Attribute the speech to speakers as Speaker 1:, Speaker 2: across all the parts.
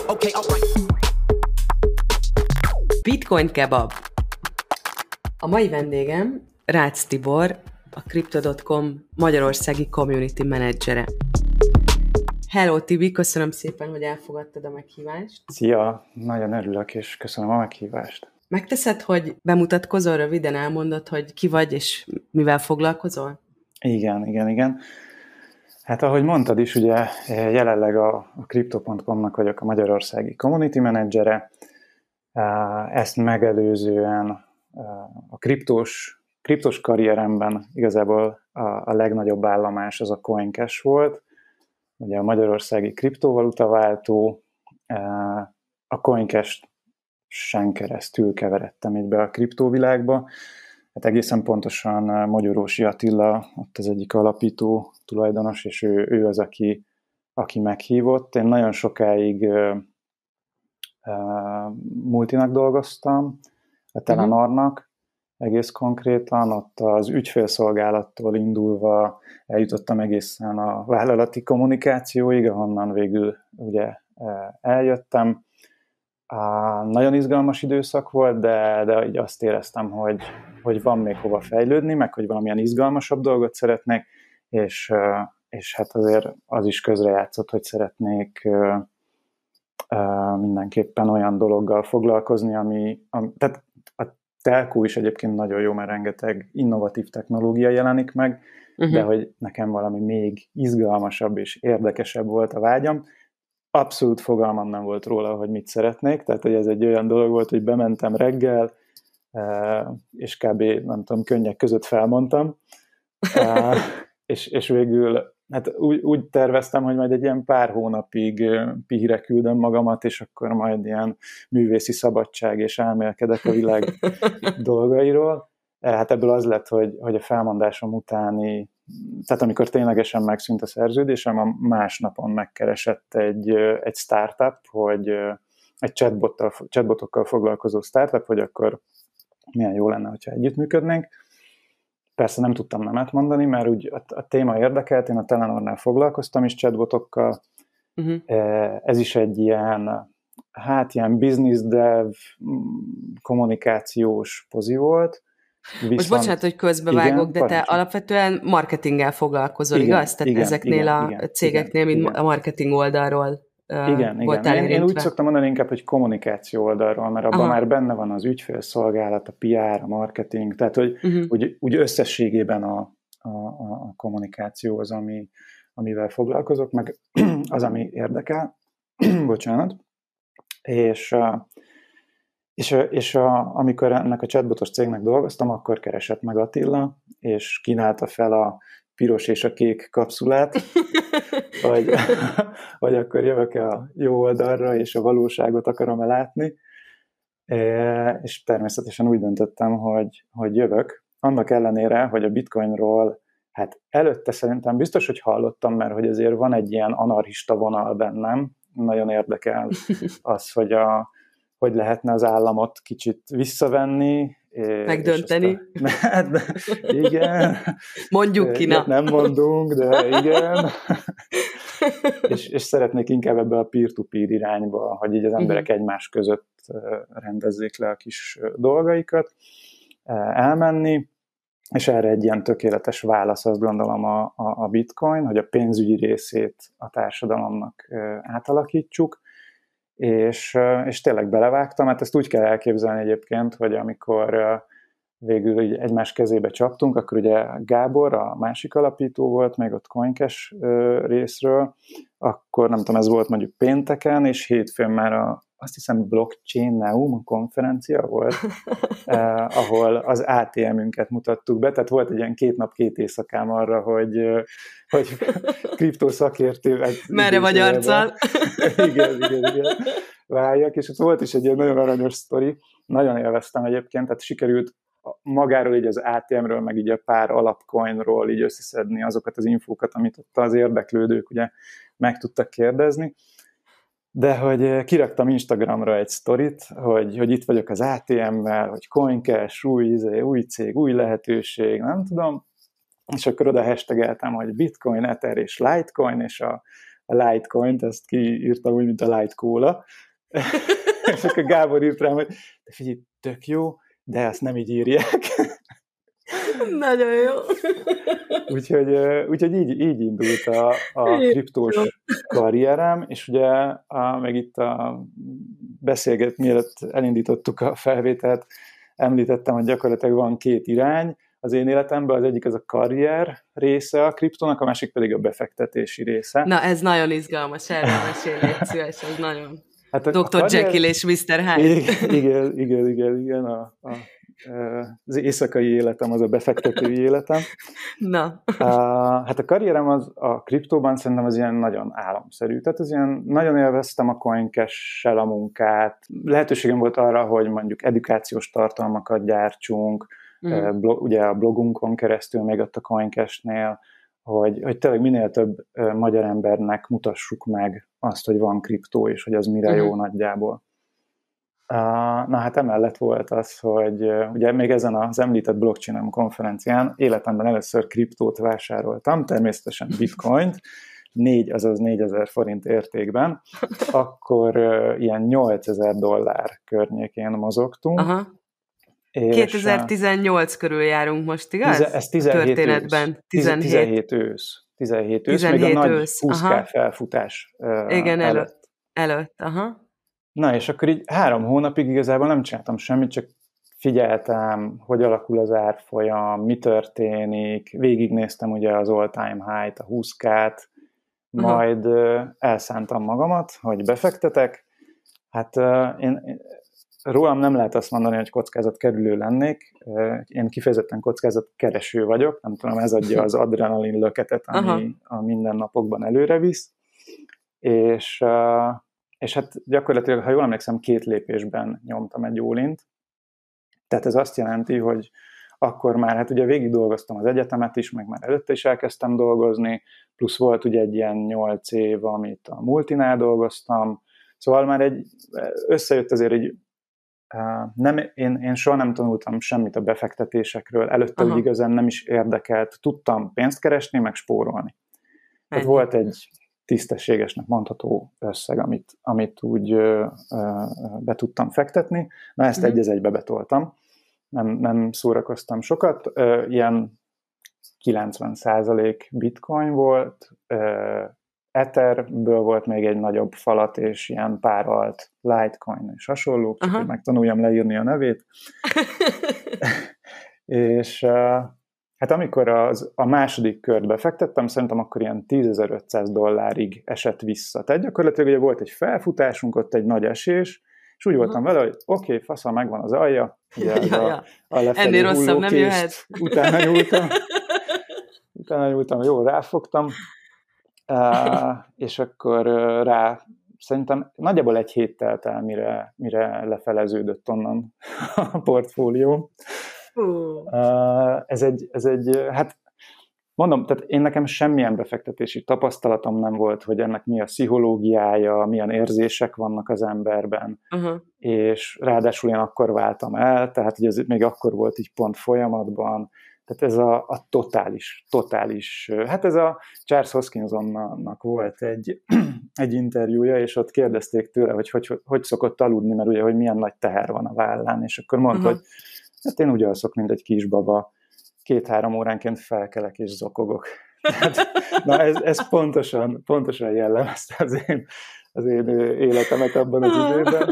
Speaker 1: Okay, alright.
Speaker 2: Bitcoin kebab. A mai vendégem Rácz Tibor, a Crypto.com magyarországi community menedzsere. Hello Tibi, köszönöm szépen, hogy elfogadtad a meghívást.
Speaker 3: Szia, nagyon örülök, és köszönöm a meghívást.
Speaker 2: Megteszed, hogy bemutatkozol, röviden elmondod, hogy ki vagy, és mivel foglalkozol?
Speaker 3: Igen. Hát ahogy mondtad is, ugye jelenleg a Crypto.com-nak vagyok a magyarországi community menedzsere. Ezt megelőzően a kriptos karrieremben igazából a legnagyobb állomás az a CoinCash volt. Ugye a magyarországi kriptovalutaváltó, a CoinCash-sen keresztül keveredtem így be a kriptóvilágba. Hát egészen pontosan Magyarósi Attila, ott az egyik alapító tulajdonos, és ő az, aki meghívott. Én nagyon sokáig multinak dolgoztam, a Telenornak egész konkrétan, ott az ügyfélszolgálattól indulva eljutottam egészen a vállalati kommunikációig, ahonnan végül ugye eljöttem. Nagyon izgalmas időszak volt, de így azt éreztem, hogy van még hova fejlődni, meg hogy valamilyen izgalmasabb dolgot szeretnék, és hát azért az is közrejátszott, hogy szeretnék mindenképpen olyan dologgal foglalkozni, tehát a telkó is egyébként nagyon jó, mert rengeteg innovatív technológia jelenik meg, de hogy nekem valami még izgalmasabb és érdekesebb volt a vágyam. Abszolút fogalmam nem volt róla, hogy mit szeretnék, tehát hogy ez egy olyan dolog volt, hogy bementem reggel, és kb. Nem tudom, könnyek között felmondtam, és végül hát úgy terveztem, hogy majd egy ilyen pár hónapig pihire küldöm magamat, és akkor majd ilyen művészi szabadság, és elmélkedek a világ dolgairól. Hát ebből az lett, hogy a felmondásom utáni, tehát amikor ténylegesen megszűnt a szerződésem, a másnapon megkeresett egy startup, hogy egy chatbotokkal foglalkozó startup, hogy akkor milyen jó lenne, hogyha együttműködnénk. Persze nem tudtam nemet mondani, mert úgy a téma érdekelt, én a Telenornál foglalkoztam is chatbotokkal. Ez is egy ilyen business dev kommunikációs pozi volt.
Speaker 2: Most bocsánat, hogy közbevágok, de te alapvetően marketinggel foglalkozol, igaz? Tehát ezeknél a cégeknél, mint a marketing oldalról voltál érintve.
Speaker 3: Én úgy szoktam mondani inkább, hogy kommunikáció oldalról, mert abban már benne van az ügyfélszolgálat, a PR, a marketing, tehát hogy úgy összességében a kommunikáció az, amivel foglalkozok, meg az, ami érdekel. Bocsánat. És amikor ennek a chatbotos cégnek dolgoztam, akkor keresett meg Attila, és kínálta fel a piros és a kék kapszulát, vagy akkor jövök-e a jó oldalra, és a valóságot akarom-e látni. És természetesen úgy döntöttem, hogy jövök. Annak ellenére, hogy a Bitcoinról, hát előtte szerintem biztos, hogy hallottam, mert hogy azért van egy ilyen anarchista vonal bennem. Nagyon érdekel az, hogy lehetne az államot kicsit visszavenni.
Speaker 2: Megdönteni.
Speaker 3: Igen.
Speaker 2: Mondjuk ki, na.
Speaker 3: Nem mondunk, de igen. és szeretnék inkább ebbe a peer-to-peer irányba, hogy így az emberek egymás között rendezzék le a kis dolgaikat, elmenni, és erre egy ilyen tökéletes válasz, azt gondolom a Bitcoin, hogy a pénzügyi részét a társadalomnak átalakítsuk, és tényleg belevágtam, hát ezt úgy kell elképzelni egyébként, hogy amikor végül így egymás kezébe csaptunk, akkor ugye Gábor, a másik alapító volt, még ott CoinCash részről, akkor nem tudom, ez volt mondjuk pénteken, és hétfőn már azt hiszem Blockchain Neum konferencia volt, ahol az ATM-ünket mutattuk be, tehát volt egy ilyen 2 nap 2 éjszakám arra, hogy kriptószakértő.
Speaker 2: Merre vagy arccal?
Speaker 3: Igen. Váljak, és ott volt is egy ilyen nagyon aranyos sztori, nagyon élveztem egyébként, tehát sikerült magáról így az ATM-ről, meg így a pár alapcoinról így összeszedni azokat az infókat, amit ott az érdeklődők ugye meg tudtak kérdezni. De hogy kiraktam Instagramra egy sztorit, hogy itt vagyok az ATM-mel, hogy CoinCash, új cég, új lehetőség, nem tudom, és akkor oda hashtageltem, hogy Bitcoin, Ether és Litecoin, és Litecoint, ezt kiírtam úgy, mint a Light Cola. És akkor Gábor írt rám, hogy de figyelj, tök jó, de ezt nem így írják.
Speaker 2: Nagyon jó.
Speaker 3: Úgyhogy így indult a kriptós karrierem, és ugye meg itt mielőtt elindítottuk a felvételt, említettem, hogy gyakorlatilag van két irány az én életemben, az egyik az a karrier része a kriptónak, a másik pedig a befektetési része.
Speaker 2: Na, ez nagyon izgalmas, erről mesélj, szíves, ez nagyon...
Speaker 3: Hát
Speaker 2: Dr. Jekyll és Mr. Hyde.
Speaker 3: Igen, az éjszakai életem, az a befektetői életem.
Speaker 2: Na.
Speaker 3: Hát a karrierem a kriptóban szerintem az ilyen nagyon álomszerű. Tehát az ilyen, nagyon élveztem a CoinCash-sel a munkát. Lehetőségem volt arra, hogy mondjuk edukációs tartalmakat gyártsunk, ugye a blogunkon keresztül, még ott a CoinCash-nél, hogy tényleg minél több magyar embernek mutassuk meg azt, hogy van kriptó, és hogy az mire jó nagyjából. Na hát emellett volt az, hogy ugye még ezen az említett blockchain konferencián életemben először kriptót vásároltam, természetesen bitcoint, 4000 forint értékben, akkor ilyen $8000 környékén mozogtunk.
Speaker 2: Aha. 2018 körül járunk most, igaz?
Speaker 3: Ez 17 ősz. 17 ősz, meg a nagy 20K felfutás
Speaker 2: igen, előtt. Aha.
Speaker 3: Na, és akkor így 3 hónapig igazából nem csináltam semmit, csak figyeltem, hogy alakul az árfolyam, mi történik, végignéztem ugye az all-time high-t, a 20K-t, majd elszántam magamat, hogy befektetek. Hát én rólam nem lehet azt mondani, hogy kockázatkerülő lennék. Én kifejezetten kockázatkereső vagyok, nem tudom, ez adja az adrenalin löketet, ami a mindennapokban előre visz. És hát gyakorlatilag, ha jól emlékszem, 2 lépésben nyomtam egy all-int. Tehát ez azt jelenti, hogy akkor már, hát ugye végig dolgoztam az egyetemet is, meg már előtte is elkezdtem dolgozni, plusz volt ugye egy ilyen 8 év, amit a multinál dolgoztam, szóval már összejött azért én soha nem tanultam semmit a befektetésekről, előtte úgy igazán nem is érdekelt, tudtam pénzt keresni, meg spórolni. Tehát volt egy tisztességesnek mondható összeg, amit úgy be tudtam fektetni. Na, ezt egy egybe betoltam. Nem szórakoztam sokat. Ilyen 90% bitcoin volt, Etherből volt még egy nagyobb falat, és ilyen pár alt, Litecoin és hasonlók, csak hogy megtanuljam leírni a nevét. És hát amikor a második kört befektettem, szerintem akkor ilyen $10,500 esett vissza. Tehát gyakorlatilag ugye volt egy felfutásunk, ott egy nagy esés, és úgy voltam vele, hogy oké, faszal, megvan az alja. Ugye a
Speaker 2: ennél rosszabb nem jöhet.
Speaker 3: Utána nyúltam, jól ráfogtam, és akkor szerintem nagyjából egy hét telt el, mire lefeleződött onnan a portfólió. Ez egy, hát mondom, tehát én nekem semmilyen befektetési tapasztalatom nem volt, hogy ennek mi a pszichológiája, milyen érzések vannak az emberben, és ráadásul én akkor váltam el, tehát hogy ez még akkor volt így pont folyamatban, tehát ez a totális, hát ez a Charles Hoskinsonnak volt egy interjúja, és ott kérdezték tőle, hogy szokott aludni, mert ugye, hogy milyen nagy teher van a vállán, és akkor mondta, hogy hát én úgy alszok, mint egy kisbaba, 2-3 óránként felkelek és zokogok. Tehát, na ez pontosan jellemezte az én életemet abban az időben.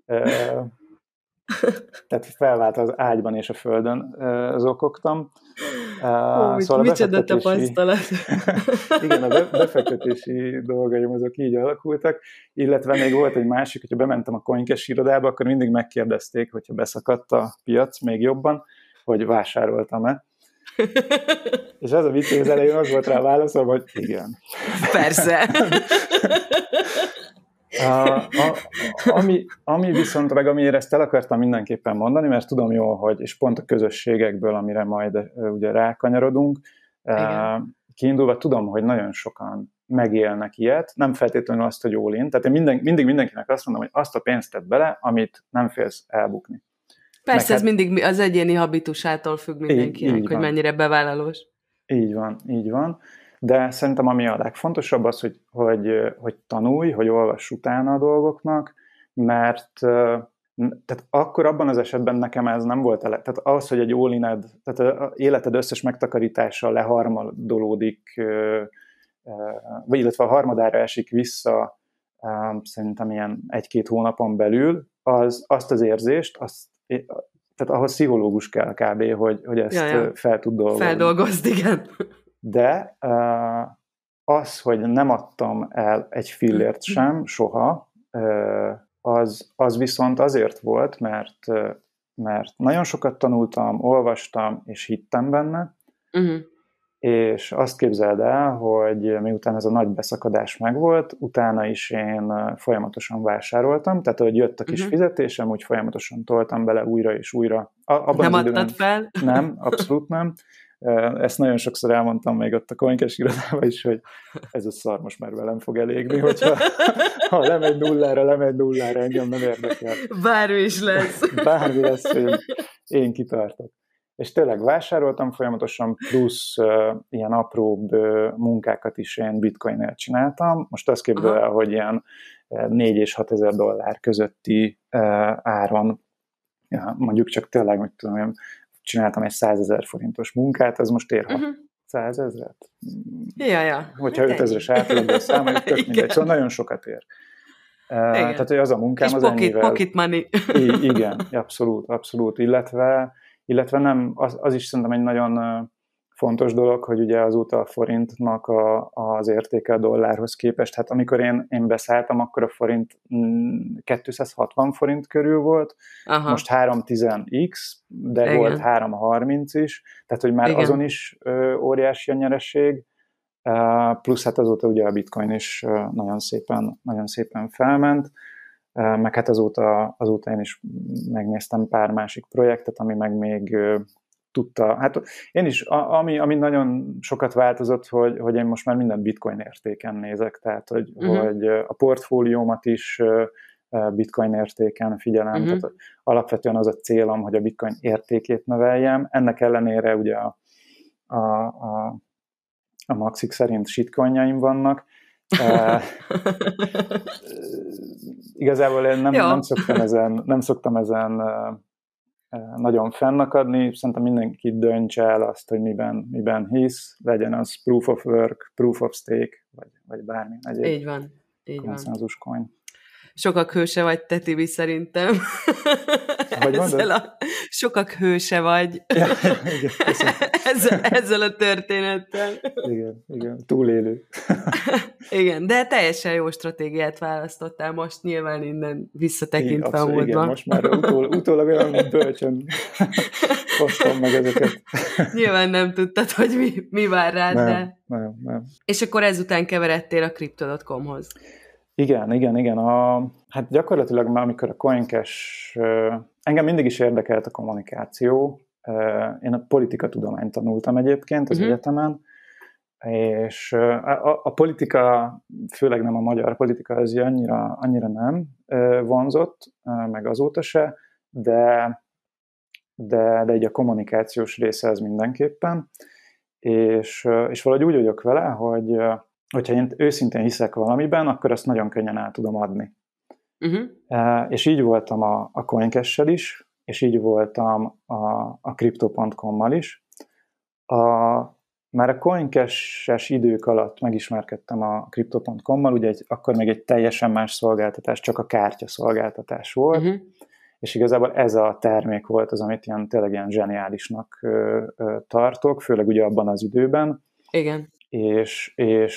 Speaker 3: Tehát felvált az ágyban és a földön zokogtam.
Speaker 2: Szóval micsoda tapasztalat.
Speaker 3: Igen, a befektetési dolgaim azok így alakultak, illetve még volt egy másik, hogyha bementem a CoinCash irodába, akkor mindig megkérdezték, hogyha beszakadt a piac még jobban, hogy vásároltam-e. És az a vicc, hogy az elején az volt rá a válaszom, hogy igen.
Speaker 2: Persze.
Speaker 3: Ami viszont, meg amiért ezt el akartam mindenképpen mondani, mert tudom jól, hogy, és pont a közösségekből, amire majd ugye rákanyarodunk, kiindulva tudom, hogy nagyon sokan megélnek ilyet, nem feltétlenül azt, hogy all-in, tehát én mindig mindenkinek azt mondom, hogy azt a pénzt tedd bele, amit nem félsz elbukni.
Speaker 2: Persze, ez mindig az egyéni habitusától függ mindenkinek, hogy mennyire bevállalós.
Speaker 3: Így van. De szerintem ami a legfontosabb az, hogy tanulj, hogy olvass utána a dolgoknak, mert tehát akkor abban az esetben nekem ez nem volt tehát az, hogy egy all-ined, tehát az életed összes megtakarítása leharmadolódik, vagy illetve a harmadára esik vissza, szerintem ilyen 1-2 hónapon belül, azt az érzést, tehát ahhoz pszichológus kell kb., hogy ezt fel tud dolgozni.
Speaker 2: Feldolgozd, igen.
Speaker 3: De az, hogy nem adtam el egy fillért sem, soha, az viszont azért volt, mert nagyon sokat tanultam, olvastam, és hittem benne, és azt képzeld el, hogy miután ez a nagy beszakadás megvolt, utána is én folyamatosan vásároltam, tehát ahogy jött a kis fizetésem, úgy folyamatosan toltam bele újra és újra.
Speaker 2: Nem adtad fel?
Speaker 3: Nem, abszolút nem. Ezt nagyon sokszor elmondtam még ott a Coincash irodában is, hogy ez a szar most már velem fog elégni, hogyha lemegy nullára, engem nem érdekel.
Speaker 2: Bármi is lesz.
Speaker 3: Bármi lesz, én kitartok. És tényleg vásároltam folyamatosan, plusz ilyen apróbb munkákat is én bitcoinért csináltam. Most azt képzel el, hogy ilyen 4 és 6 ezer dollár közötti áron, mondjuk csak tényleg, hogy tudom én, csináltam egy 100 000 forintos munkát, ez most ér 100 000-et?
Speaker 2: Ja.
Speaker 3: Hogyha 5000-es átlagból számoljuk, tök mindegy, szóval nagyon sokat ér. Tehát, hogy az a munkám
Speaker 2: és
Speaker 3: az ennyivel...
Speaker 2: pocket money.
Speaker 3: Igen, abszolút. Illetve nem, az is szerintem egy nagyon fontos dolog, hogy ugye azóta a forintnak az értéke a dollárhoz képest, hát amikor én beszálltam, akkor a forint 260 forint körül volt, most 310x, de igen, volt 330 is, tehát hogy már igen, azon is óriási a nyereség, plusz hát azóta ugye a bitcoin is nagyon szépen felment, meg hát azóta én is megnéztem pár másik projektet, ami meg még tudta, hát én is, ami nagyon sokat változott, hogy én most már minden bitcoin értéken nézek, tehát hogy a portfóliómat is bitcoin értéken figyelem, tehát alapvetően az a célom, hogy a bitcoin értékét növeljem, ennek ellenére ugye a Maxik szerint shitcoinjaim vannak. Igazából én nem szoktam ezen nagyon fennakadni, szerintem mindenki döntse el azt, hogy miben hisz, legyen az proof of work, proof of stake, vagy bármi egyéb.
Speaker 2: Így van.
Speaker 3: Konszenzus coin.
Speaker 2: Sokak hőse vagy, te, Tibi, szerintem. Sokak hőse vagy.
Speaker 3: Ja,
Speaker 2: ezzel a történettel.
Speaker 3: Igen, túlélő.
Speaker 2: Igen, de teljesen jó stratégiát választottál most, nyilván innen visszatekintve a múltban.
Speaker 3: Igen, most már utólag olyan bölcsön hoztam meg ezeket.
Speaker 2: Nyilván nem tudtad, hogy mi vár rád,
Speaker 3: Nem. És
Speaker 2: akkor ezután keveredtél a Crypto.com-hoz.
Speaker 3: Igen. Hát gyakorlatilag már amikor a Coincash, engem mindig is érdekelt a kommunikáció. Én a politikatudományt tanultam egyébként az egyetemen, és a politika, főleg nem a magyar politika, az annyira nem vonzott, meg azóta se, de így a kommunikációs része az mindenképpen. És valahogy úgy vagyok vele, hogyha én őszintén hiszek valamiben, akkor azt nagyon könnyen el tudom adni. És így voltam a Coincash-sel is, és így voltam a Crypto.com-mal is. Már a Coincash-es idők alatt megismerkedtem a Crypto.com-mal, ugye akkor még egy teljesen más szolgáltatás, csak a kártya szolgáltatás volt, és igazából ez a termék volt az, amit tényleg ilyen zseniálisnak tartok, főleg ugye abban az időben.
Speaker 2: Igen.
Speaker 3: És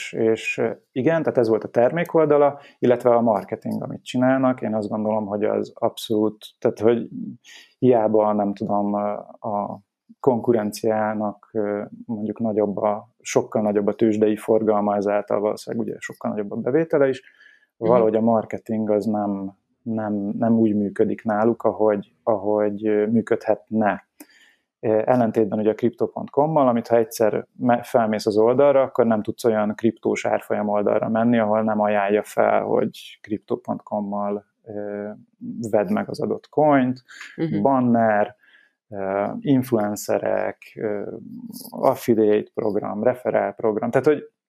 Speaker 3: igen, tehát ez volt a termék oldala, illetve a marketing, amit csinálnak. Én azt gondolom, hogy az abszolút, tehát hogy hiába nem tudom, a konkurenciának mondjuk sokkal nagyobb a tőzsdei forgalma, ezáltal valószínűleg ugye sokkal nagyobb a bevétele is. Valahogy a marketing az nem úgy működik náluk, ahogy működhetne. Ellentétben ugye a Crypto.com-mal, amit ha egyszer felmész az oldalra, akkor nem tudsz olyan kriptós árfolyam oldalra menni, ahol nem ajánlja fel, hogy Crypto.com-mal vedd meg az adott coint, banner, influencerek, affiliate program, referál program, tehát hogy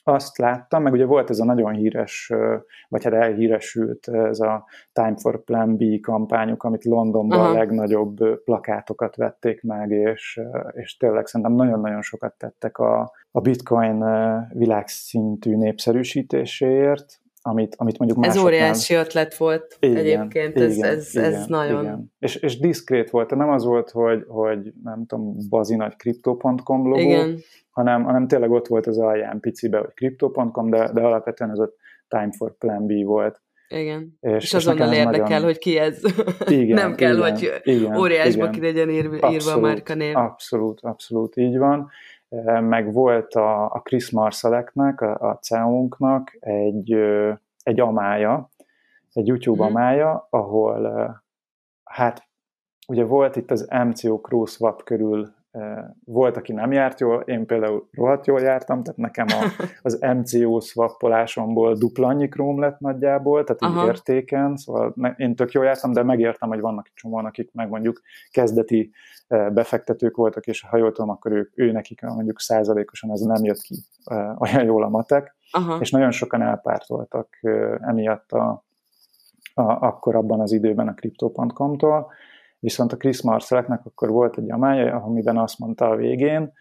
Speaker 3: azt láttam, meg ugye volt ez a nagyon híres, vagy hát elhíresült ez a Time for Plan B kampányuk, amit Londonban a legnagyobb plakátokat vették meg, és tényleg szerintem nagyon-nagyon sokat tettek a bitcoin világszintű népszerűsítéséért, amit mondjuk mások
Speaker 2: ez óriási ötlet volt
Speaker 3: igen,
Speaker 2: egyébként, ez nagyon...
Speaker 3: Igen. És diszkrét volt, nem az volt, hogy nem tudom, bazinagy crypto.com logó,
Speaker 2: igen.
Speaker 3: hanem tényleg ott volt az alján picibe, hogy crypto.com, de alapvetően ez a Time for Plan B volt.
Speaker 2: Igen. És azonnal érdekel, nagyon... hogy ki ez.
Speaker 3: Igen,
Speaker 2: nem kell, hogy óriásba ki legyen írva a márkanév.
Speaker 3: Abszolút így van. Meg volt a Chris Marszaleknek, a CEO-nknak egy amája, egy YouTube amája, ahol hát ugye volt itt az MCO Crosswap körül, volt, aki nem járt jól, én például rohadt jól jártam, tehát nekem az MCO swappolásomból dupla annyi króm lett nagyjából, tehát így értéken, szóval én tök jól jártam, de megértem, hogy vannak csomóan, akik meg mondjuk kezdeti befektetők voltak, és ha jól tudom, akkor ő nekik mondjuk százalékosan ez nem jött ki olyan jól a matek, és nagyon sokan elpártoltak emiatt akkor abban az időben a Crypto.com-tól, viszont a Chris Marszaleknek akkor volt egy amája, amiben azt mondta a végén,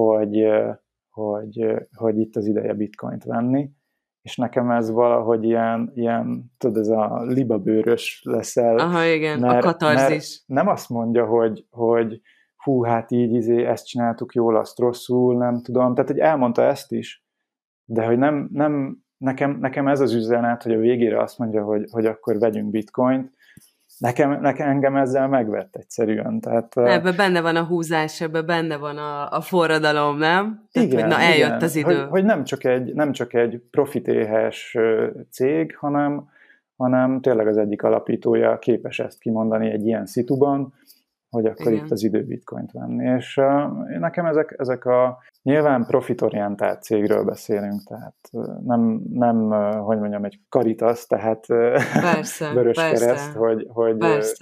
Speaker 3: hogy itt az ideje bitcoint venni, és nekem ez valahogy ilyen tudod, ez a libabőrös leszel.
Speaker 2: Aha, igen, a katarzis.
Speaker 3: Nem azt mondja, hogy hú, hát így ezt csináltuk jól, azt rosszul, nem tudom. Tehát, hogy elmondta ezt is, de hogy nem nekem ez az üzenet, hogy a végére azt mondja, hogy akkor vegyünk bitcoint, engem ezzel megvett egyszerűen. Tehát,
Speaker 2: ebben benne van a húzás, ebben benne van a forradalom, nem? Tehát, igen, hogy eljött igen. Az idő.
Speaker 3: Hogy nem csak egy profitéhes cég, hanem tényleg az egyik alapítója képes ezt kimondani egy ilyen szituban, hogy akkor igen. Itt az idő bitcoint venni. És nekem ezek a nyilván profitorientált cégről beszélünk, tehát nem hogy mondjam, egy Caritas, tehát Vöröskereszt, hogy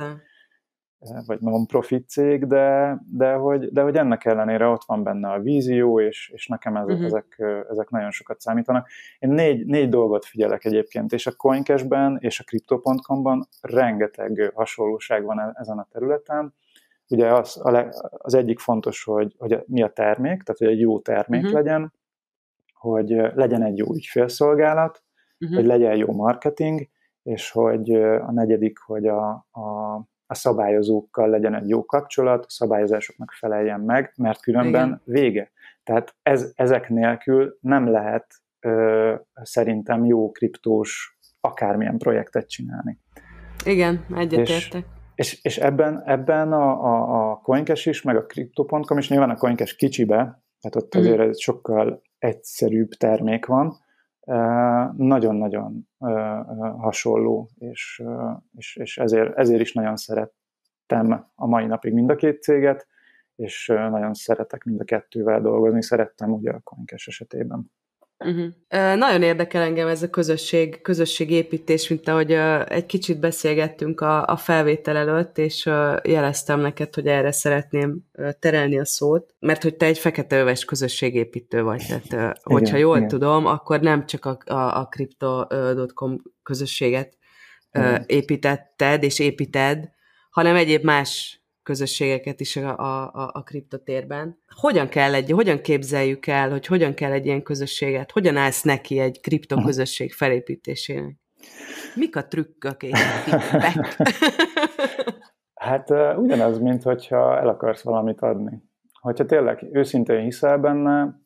Speaker 3: vagy non-profit cég, de hogy ennek ellenére ott van benne a vízió, és nekem ezek nagyon sokat számítanak. Én négy dolgot figyelek egyébként, és a CoinCash-ben és a Crypto.com-ban rengeteg hasonlóság van ezen a területen. Ugye az egyik fontos, hogy mi a termék, tehát hogy egy jó termék legyen, hogy legyen egy jó ügyfélszolgálat, hogy legyen jó marketing, és hogy a negyedik, hogy a szabályozókkal legyen egy jó kapcsolat, a szabályozásoknak feleljen meg, mert különben vége. Tehát ezek nélkül nem lehet szerintem jó kriptós akármilyen projektet csinálni.
Speaker 2: Igen, egyetértek.
Speaker 3: És ebben a CoinCash is, meg a Crypto.com is, nyilván a CoinCash kicsibe, tehát ott azért egy sokkal egyszerűbb termék van, nagyon-nagyon hasonló, és ezért is nagyon szerettem a mai napig mind a két céget, és nagyon szeretek mind a kettővel dolgozni, szerettem ugye a CoinCash esetében.
Speaker 2: Nagyon érdekel engem ez a közösségépítés, mint ahogy egy kicsit beszélgettünk a felvétel előtt, és jeleztem neked, hogy erre szeretném terelni a szót, mert hogy te egy feketeöves közösségépítő vagy, tehát hogyha jól tudom, akkor nem csak a Crypto.com közösséget építetted és építed, hanem egyéb más közösségeket is a kriptotérben. Hogyan képzeljük el, hogy hogyan kell egy ilyen közösséget, hogyan állsz neki egy kriptoközösség felépítésének? Mik a trükkök és tippek?
Speaker 3: Hát ugyanaz, mint hogyha el akarsz valamit adni. Hogyha tényleg őszintén hiszel benne,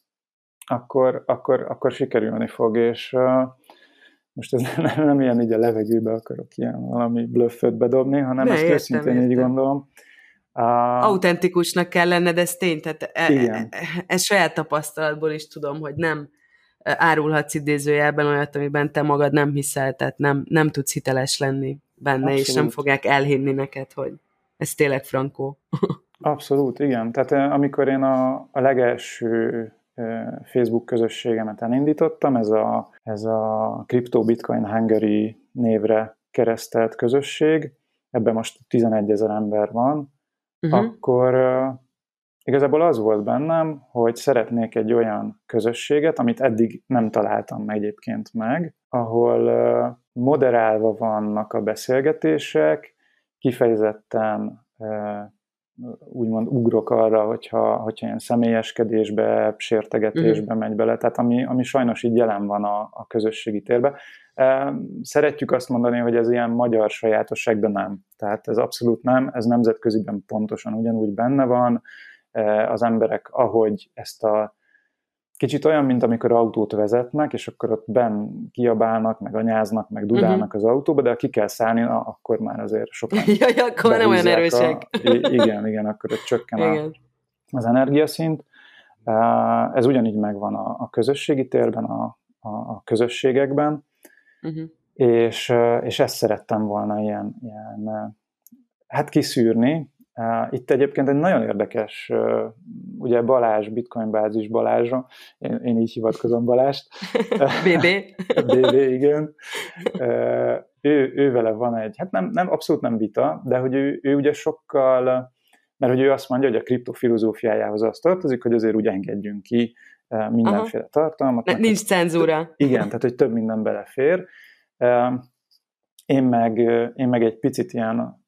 Speaker 3: akkor sikerülni fog, és most ez nem ilyen így a levegőbe akarok ilyen valami blöfföt bedobni, hanem ezt őszintén így gondolom.
Speaker 2: Autentikusnak kell lenned, ez tény, tehát ez saját tapasztalatból is tudom, hogy nem árulhatsz idézőjelben olyat, amiben te magad nem hiszel, tehát nem tudsz hiteles lenni benne, abszolút. És nem fogják elhinni neked, hogy ez tényleg frankó.
Speaker 3: Abszolút, igen. Tehát amikor én a legelső Facebook közösségemet elindítottam, ez a Crypto Bitcoin Hungary névre keresztelt közösség, ebben most 11 000 ember van, igazából az volt bennem, hogy szeretnék egy olyan közösséget, amit eddig nem találtam egyébként meg, ahol moderálva vannak a beszélgetések, kifejezetten úgymond ugrok arra, hogyha ilyen személyeskedésbe, sértegetésbe megy bele, tehát ami sajnos így jelen van a közösségi térben. Szeretjük azt mondani, hogy ez ilyen magyar sajátosság, de nem. Tehát ez abszolút nem, ez nemzetköziben pontosan ugyanúgy benne van. Az emberek, ahogy ezt a kicsit olyan, mint amikor autót vezetnek, és akkor ott benn kiabálnak, meg anyáznak, meg dudálnak az autóba, de ha ki kell szállni, akkor már azért sokan
Speaker 2: akkor nem olyan erősek.
Speaker 3: Igen, akkor ott csökken az energiaszint. Ez ugyanígy megvan a közösségi térben, a közösségekben, és ezt szerettem volna ilyen hát kiszűrni. Itt egyébként egy nagyon érdekes, ugye Balázs, Bitcoin bázis Balázsra, én így hivatkozom Balást.
Speaker 2: BB.
Speaker 3: BB, igen. Ő vele van egy, hát nem abszolút nem vita, de hogy ő ugye sokkal, mert hogy ő azt mondja, hogy a kriptofilozófiájához az tartozik, hogy azért úgy engedjünk ki mindenféle tartalmat.
Speaker 2: Nincs cenzúra.
Speaker 3: Igen, tehát hogy több minden belefér. Én meg egy picit ilyen,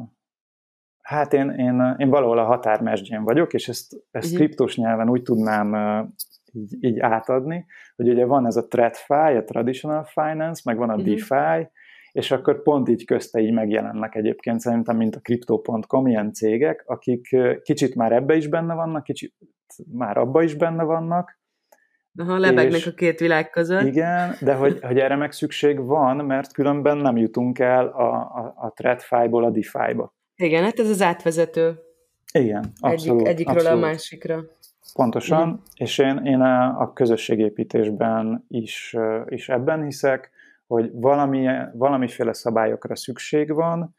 Speaker 3: hát én valahol a határmesdjén vagyok, és ezt kriptos nyelven úgy tudnám így átadni, hogy ugye van ez a TradFi, a Traditional Finance, meg van a DeFi, és akkor pont így közte így megjelennek egyébként szerintem, mint a Crypto.com ilyen cégek, akik kicsit már ebbe is benne vannak, kicsit már abba is benne vannak.
Speaker 2: Aha, lebegnek a két világ között.
Speaker 3: Igen, de hogy erre meg szükség van, mert különben nem jutunk el a TradFi-ból a DeFi-ba.
Speaker 2: Igen, hát ez az átvezető.
Speaker 3: Igen, abszolút.
Speaker 2: Egyikről
Speaker 3: abszolút.
Speaker 2: A másikra.
Speaker 3: Pontosan, és én a közösségépítésben is ebben hiszek, hogy valamiféle szabályokra szükség van.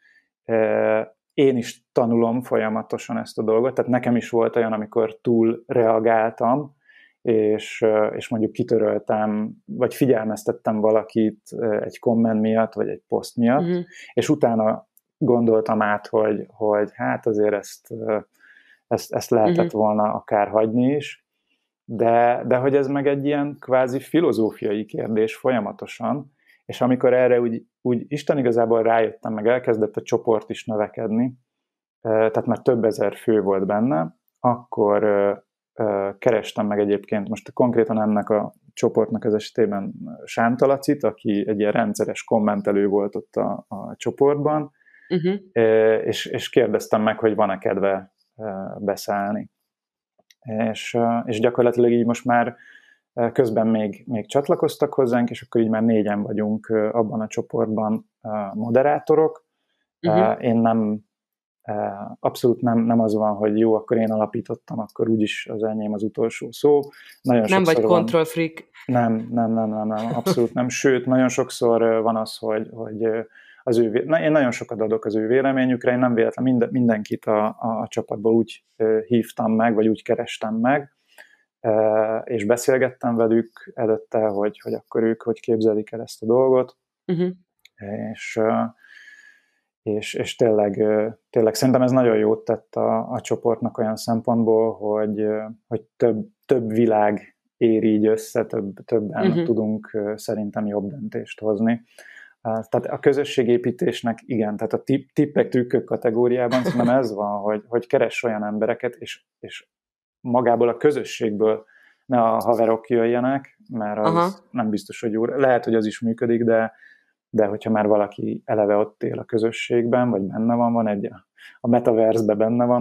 Speaker 3: Én is tanulom folyamatosan ezt a dolgot, tehát nekem is volt olyan, amikor túl reagáltam, és mondjuk kitöröltem, vagy figyelmeztettem valakit egy komment miatt, vagy egy poszt miatt, és utána gondoltam át, hogy hát azért ezt lehetett volna akár hagyni is, de hogy ez meg egy ilyen kvázi filozófiai kérdés folyamatosan, és amikor erre úgy Isten igazából rájöttem, meg elkezdett a csoport is növekedni, tehát már több ezer fő volt benne, akkor kerestem meg egyébként most konkrétan ennek a csoportnak az esetében Sánta Lacit, aki egy ilyen rendszeres kommentelő volt ott a csoportban, és kérdeztem meg, hogy van-e kedve beszállni. És gyakorlatilag így most már közben még csatlakoztak hozzánk, és akkor így már 4-en vagyunk abban a csoportban moderátorok. Én abszolút nem az van, hogy jó, akkor én alapítottam, akkor úgyis az enyém az utolsó szó.
Speaker 2: Nem vagy control freak.
Speaker 3: Nem, abszolút nem. Sőt, nagyon sokszor van az, hogy az én nagyon sokat adok az ő véleményükre, én nem véletlen mindenkit a csapatból úgy hívtam meg, vagy úgy kerestem meg, és beszélgettem velük előtte, hogy akkor ők hogy képzelik el ezt a dolgot, és tényleg szerintem ez nagyon jót tett a csoportnak olyan szempontból, hogy több világ ér így össze, többen tudunk szerintem jobb döntést hozni. Tehát a közösségépítésnek igen, tehát a tippek, trükkök kategóriában szerintem ez van, hogy keress olyan embereket, és magából a közösségből ne a haverok jöjjenek, mert az nem biztos, hogy jó. Lehet, hogy az is működik, de hogyha már valaki eleve ott él a közösségben, vagy benne van a metaverse-ben benne van,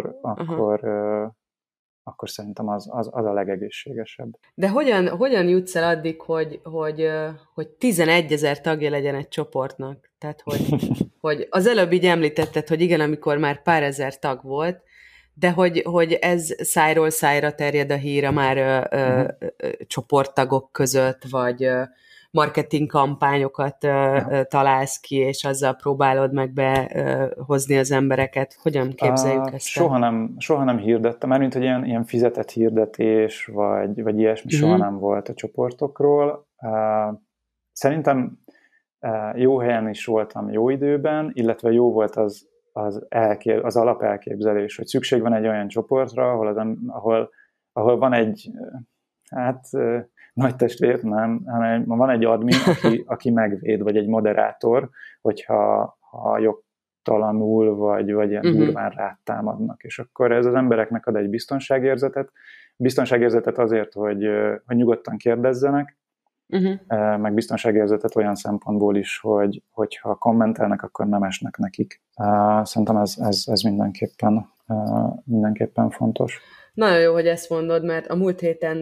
Speaker 3: akkor szerintem az a legegészségesebb.
Speaker 2: De hogyan jutsz el addig, hogy 11 000 tagja legyen egy csoportnak? Tehát, hogy az előbb így említetted, hogy igen, amikor már pár ezer tag volt, de hogy ez szájról szájra terjed a hír már csoporttagok között, vagy marketing kampányokat találsz ki, és azzal próbálod meg behozni az embereket. Hogyan képzeljük ezt?
Speaker 3: Soha nem hirdettem, mert mint hogy ilyen fizetett hirdetés, vagy ilyesmi soha nem volt a csoportokról. Szerintem jó helyen is voltam jó időben, illetve jó volt az az alapelképzelés, hogy szükség van egy olyan csoportra, ahol van egy, nagy testvér, nem, hanem van egy admin, aki megvéd, vagy egy moderátor, hogyha jogtalanul, vagy ilyen durván rátámadnak. És akkor ez az embereknek ad egy biztonságérzetet azért, hogy nyugodtan kérdezzenek, meg biztonságérzetet olyan szempontból is, hogyha kommentelnek, akkor nem esnek nekik. Szerintem ez mindenképpen fontos.
Speaker 2: Nagyon jó, hogy ezt mondod, mert a múlt héten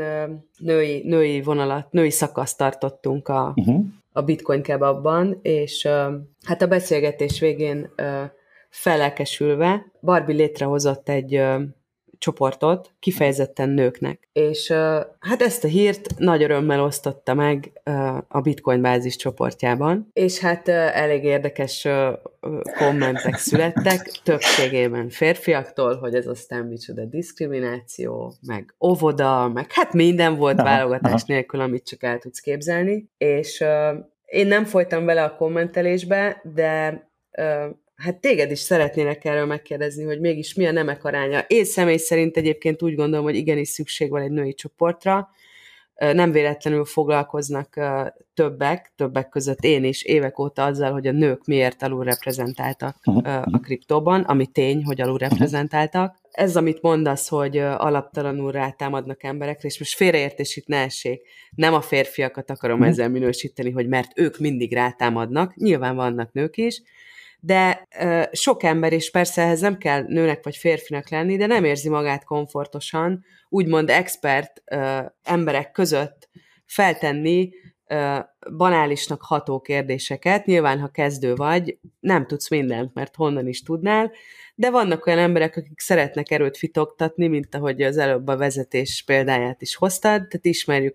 Speaker 2: női szakaszt tartottunk a Bitcoin kebabban, és hát a beszélgetés végén fellelkesülve Barbie létrehozott egy csoportot kifejezetten nőknek. És hát ezt a hírt nagy örömmel osztotta meg a Bitcoin bázis csoportjában, és hát elég érdekes kommentek születtek, többségében férfiaktól, hogy ez aztán micsoda diszkrimináció, meg óvoda, meg hát minden volt válogatás nélkül, amit csak el tudsz képzelni, és én nem folytam bele a kommentelésbe, de hát téged is szeretnélek erről megkérdezni, hogy mégis mi a nemek aránya. Én személy szerint egyébként úgy gondolom, hogy igenis szükség van egy női csoportra. Nem véletlenül foglalkoznak többek között én is évek óta azzal, hogy a nők miért alulreprezentáltak a kriptóban, ami tény, hogy alulreprezentáltak. Ez, amit mondasz, hogy alaptalanul rátámadnak emberekre, és most félreértés itt ne essék. Nem a férfiakat akarom ezzel minősíteni, hogy mert ők mindig rátámadnak, nyilván vannak nők is, de sok ember, és persze ehhez nem kell nőnek vagy férfinak lenni, de nem érzi magát komfortosan, úgymond expert emberek között feltenni banálisnak ható kérdéseket. Nyilván, ha kezdő vagy, nem tudsz mindent, mert honnan is tudnál, de vannak olyan emberek, akik szeretnek erőt fitoktatni, mint ahogy az előbb a vezetés példáját is hoztad, tehát ismerjük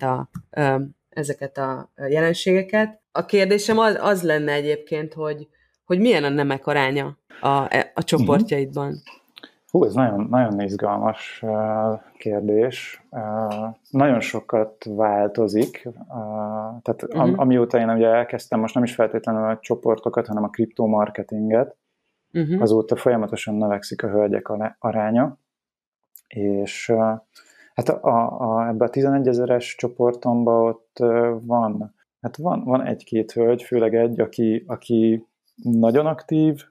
Speaker 2: ezeket a jelenségeket. A kérdésem az lenne egyébként, hogy milyen a nemek aránya a csoportjaidban?
Speaker 3: Ez nagyon, nagyon izgalmas kérdés. Nagyon sokat változik. Tehát amióta én ugye elkezdtem, most nem is feltétlenül a csoportokat, hanem a kriptomarketinget, azóta folyamatosan növekszik a hölgyek aránya. És hát ebben a 11 000-es csoportomban ott van egy-két hölgy, főleg egy, aki nagyon aktív,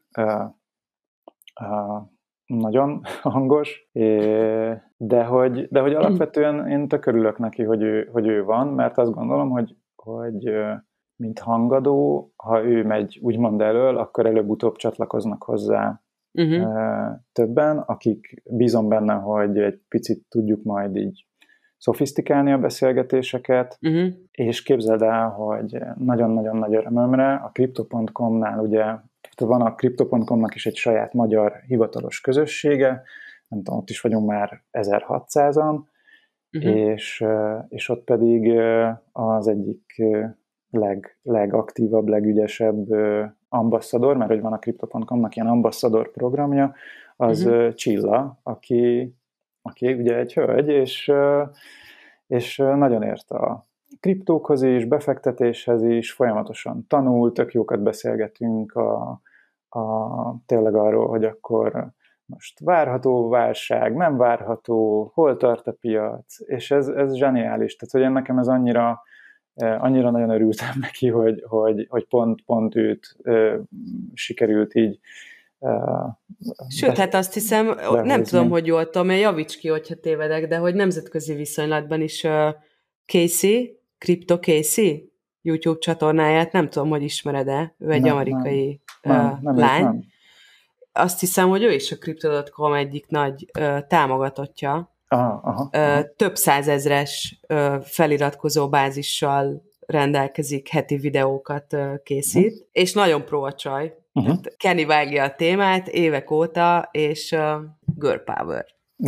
Speaker 3: nagyon hangos, de hogy alapvetően én tök örülök neki, hogy ő van, mert azt gondolom, hogy mint hangadó, ha ő megy úgymond elől, akkor előbb-utóbb csatlakoznak hozzá többen, akik bízom benne, hogy egy picit tudjuk majd így szofisztikálni a beszélgetéseket, és képzeld el, hogy nagyon-nagyon nagy örömömre a Crypto.com-nál ugye van a Crypto.com-nak is egy saját magyar hivatalos közössége, nem tudom, ott is vagyunk már 1600-an, és ott pedig az egyik legaktívabb, legügyesebb ambasszador, mert hogy van a Crypto.com-nak ilyen ambasszador programja, az Csilla, aki ugye egy hölgy, és nagyon ért a kriptókhoz is, befektetéshez is, folyamatosan tanul, tök jókat beszélgetünk tényleg arról, hogy akkor most várható válság, nem várható, hol tart a piac, és ez zseniális. Tehát, hogy nekem ez annyira nagyon örültem neki, hogy pont őt sikerült így
Speaker 2: Sőt, hát azt hiszem, behozni. Nem tudom, hogy jól tudom, javíts ki, hogyha tévedek, de hogy nemzetközi viszonylatban is Crypto Casey YouTube csatornáját, nem tudom, hogy ismered-e, ő egy amerikai lány. Nem. Azt hiszem, hogy ő is a Crypto.com egyik nagy támogatottja. Több százezres feliratkozó bázissal rendelkezik, heti videókat készít, és nagyon pro a csaj. Kenny vágja a témát évek óta, és girl power.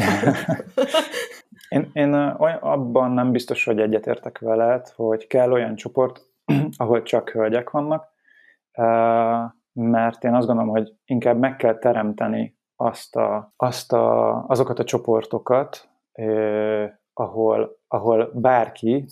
Speaker 3: Én abban nem biztos, hogy egyetértek veled, hogy kell olyan csoport, ahol csak hölgyek vannak, mert én azt gondolom, hogy inkább meg kell teremteni azokat a csoportokat, ahol bárki,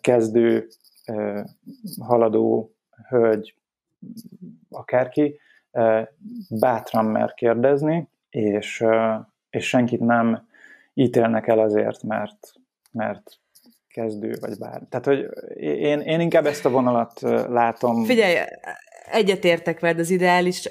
Speaker 3: kezdő, haladó hölgy, akárki, bátran mer kérdezni, és senkit nem ítélnek el azért, mert kezdő, vagy bármi. Tehát, hogy én inkább ezt a vonalat látom.
Speaker 2: Figyelj, egyetértek veled, az ideális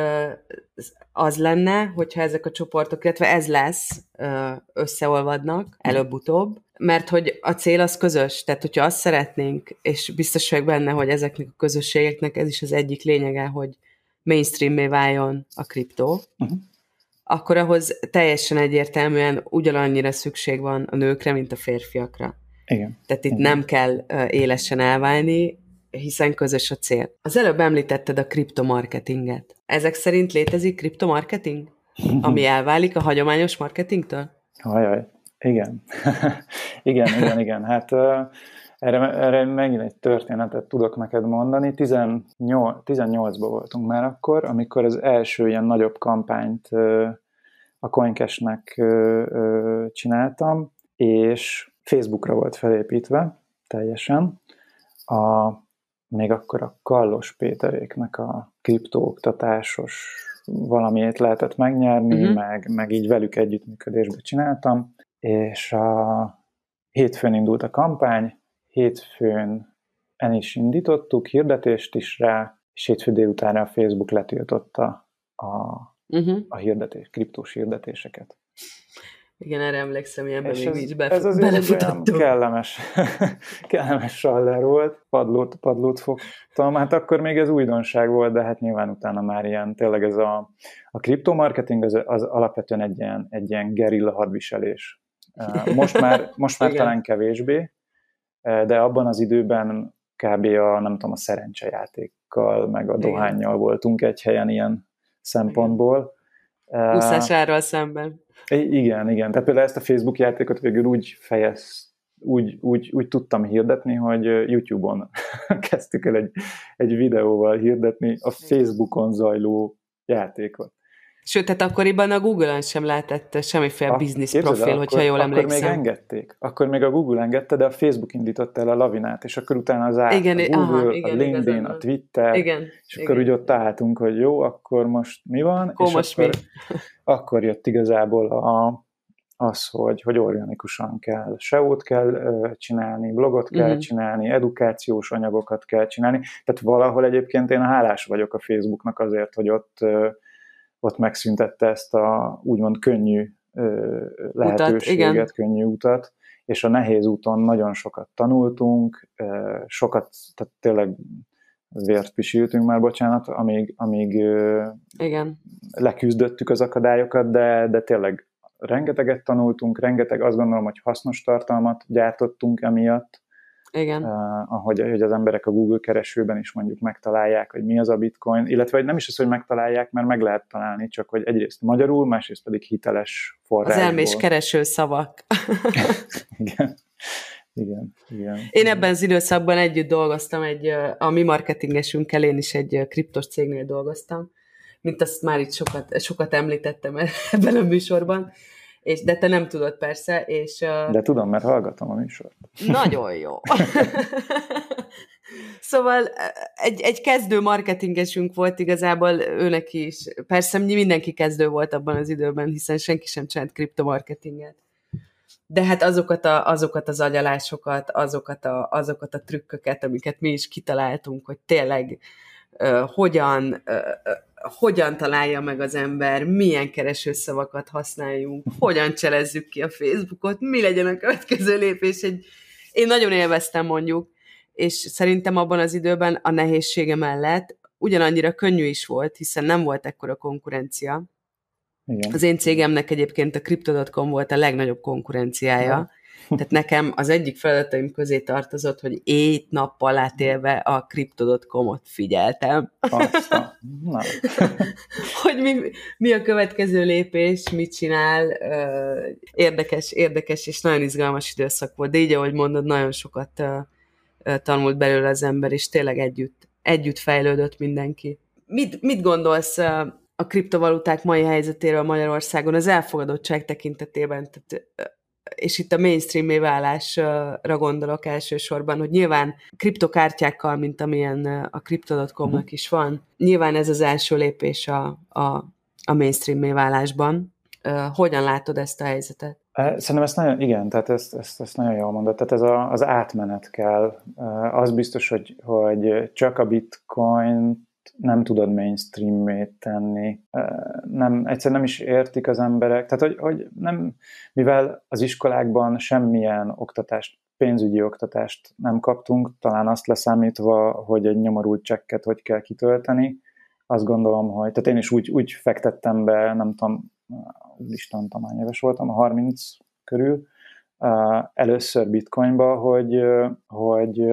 Speaker 2: az lenne, hogyha ezek a csoportok, illetve ez lesz, összeolvadnak előbb-utóbb, mert hogy a cél az közös, tehát hogyha azt szeretnénk, és biztos vagyok benne, hogy ezeknek a közösségeknek ez is az egyik lényege, hogy mainstream-mé váljon a kriptó, akkor ahhoz teljesen egyértelműen ugyanannyira szükség van a nőkre, mint a férfiakra.
Speaker 3: Igen.
Speaker 2: Tehát itt nem kell élesen elválni, hiszen közös a cél. Az előbb említetted a kriptomarketinget. Ezek szerint létezik kriptomarketing, ami elválik a hagyományos marketingtől?
Speaker 3: Ajaj, igen. igen. Hát erre megint egy történetet tudok neked mondani. 18-ban voltunk már akkor, amikor az első ilyen nagyobb kampányt a CoinCash-nek csináltam, és Facebookra volt felépítve teljesen. Még akkor a Kallos Péteréknek a kriptooktatásos valamiét lehetett megnyerni, meg így velük együttműködésbe csináltam, és hétfőn indult a kampány, hétfőn el is indítottuk, hirdetést is rá, és hétfő délutánra a Facebook letiltotta a kriptós hirdetéseket.
Speaker 2: Igen, erre emlékszem, ilyenben még így
Speaker 3: ez azért olyan kellemes saller volt, padlót fogtam, hát akkor még ez újdonság volt, de hát nyilván utána már ilyen, tényleg ez a kriptomarketing az alapvetően egy ilyen gerilla hadviselés. Most már talán kevésbé, de abban az időben kb. A szerencsejátékkal, meg a dohánnyal voltunk egy helyen ilyen szempontból.
Speaker 2: Úszásárral szemben.
Speaker 3: Igen. Tehát például ezt a Facebook játékot végül úgy tudtam hirdetni, hogy YouTube-on kezdtük el egy videóval hirdetni a Facebookon zajló játékot.
Speaker 2: Sőt, tehát akkoriban a Google-on sem lehetett semmiféle business profil, hogyha jól emlékszem.
Speaker 3: Akkor még engedték. Akkor még a Google engedte, de a Facebook indította el a lavinát, és akkor utána az a Google, a LinkedIn, a Twitter, és akkor úgy ott álltunk, hogy jó, akkor most mi van? Akkor jött igazából az, hogy organikusan kell SEO-t kell csinálni, blogot kell csinálni, edukációs anyagokat kell csinálni. Tehát valahol egyébként én hálás vagyok a Facebooknak azért, hogy ott megszüntette ezt a úgymond könnyű lehetőséget, utat, könnyű utat, és a nehéz úton nagyon sokat tanultunk, tehát tényleg vért pisiltünk már, bocsánat, amíg
Speaker 2: igen.
Speaker 3: leküzdöttük az akadályokat, de tényleg rengeteget tanultunk, azt gondolom, hogy hasznos tartalmat gyártottunk emiatt.
Speaker 2: Igen.
Speaker 3: Ahogy az emberek a Google keresőben is mondjuk megtalálják, hogy mi az a bitcoin, illetve nem is az, hogy megtalálják, mert meg lehet találni, csak hogy egyrészt magyarul, másrészt pedig hiteles forrásból.
Speaker 2: Az elmés kereső szavak.
Speaker 3: Igen.
Speaker 2: Én ebben az időszakban együtt dolgoztam, a mi marketingesünkkel, én is egy kriptos cégnél dolgoztam, mint azt már itt sokat említettem ebben a műsorban, de te nem tudod persze.
Speaker 3: De tudom, mert hallgatom a műsort.
Speaker 2: Nagyon jó. Szóval egy kezdő marketingesünk volt igazából, őnek is. Persze mindenki kezdő volt abban az időben, hiszen senki sem csinált kriptomarketinget. De hát azokat az agyalásokat, azokat a trükköket, amiket mi is kitaláltunk, hogy tényleg hogyan találja meg az ember, milyen keresőszavakat használjunk, hogyan cselezzük ki a Facebookot, mi legyen a következő lépés. Én nagyon élveztem mondjuk, és szerintem abban az időben a nehézsége mellett ugyanannyira könnyű is volt, hiszen nem volt ekkora konkurencia. Igen. Az én cégemnek egyébként a Crypto.com volt a legnagyobb konkurenciája. Tehát nekem az egyik feladataim közé tartozott, hogy éjt-nappal átélve a Crypto.com-ot figyeltem. Hogy mi a következő lépés, mit csinál. Érdekes és nagyon izgalmas időszak volt. De így, ahogy mondod, nagyon sokat tanult belőle az ember, és tényleg együtt fejlődött mindenki. Mit gondolsz a kriptovaluták mai helyzetéről Magyarországon az elfogadottság tekintetében? Tehát és itt a mainstream-é válásra gondolok elsősorban, hogy nyilván kriptokártyákkal, mint amilyen a Crypto.com-nak is van, nyilván ez az első lépés a mainstream-é válásban. Hogyan látod ezt a helyzetet?
Speaker 3: Szerintem ezt nagyon, igen, tehát ezt nagyon jól mondod, tehát ez az átmenet kell. Az biztos, hogy csak a bitcoin nem tudod mainstream-mé tenni. Egyszerűen nem is értik az emberek. Tehát, hogy nem, mivel az iskolákban semmilyen oktatást, pénzügyi oktatást nem kaptunk, talán azt leszámítva, hogy egy nyomorult csekket hogy kell kitölteni, azt gondolom, hogy, tehát én is úgy fektettem be, nem tudom, úristen, tamány éves voltam, a 30 körül, először bitcoinba, hogy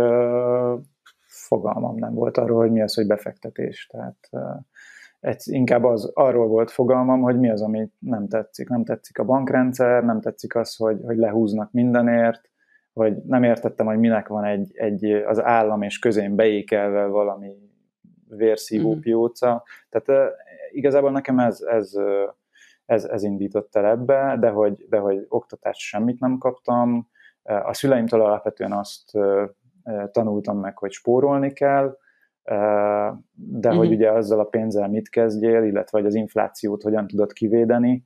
Speaker 3: fogalmam nem volt arról, hogy mi az, hogy befektetés. Tehát inkább arról volt fogalmam, hogy mi az, ami nem tetszik. Nem tetszik a bankrendszer, nem tetszik az, hogy lehúznak mindenért, hogy nem értettem, hogy minek van az állam és közén beékelve valami vérszívó pióca. Tehát igazából nekem ez indított el ebbe, de hogy oktatást semmit nem kaptam. A szüleimtől alapvetően azt tanultam meg, hogy spórolni kell, de hogy ugye azzal a pénzzel mit kezdjél, illetve hogy az inflációt hogyan tudod kivédeni,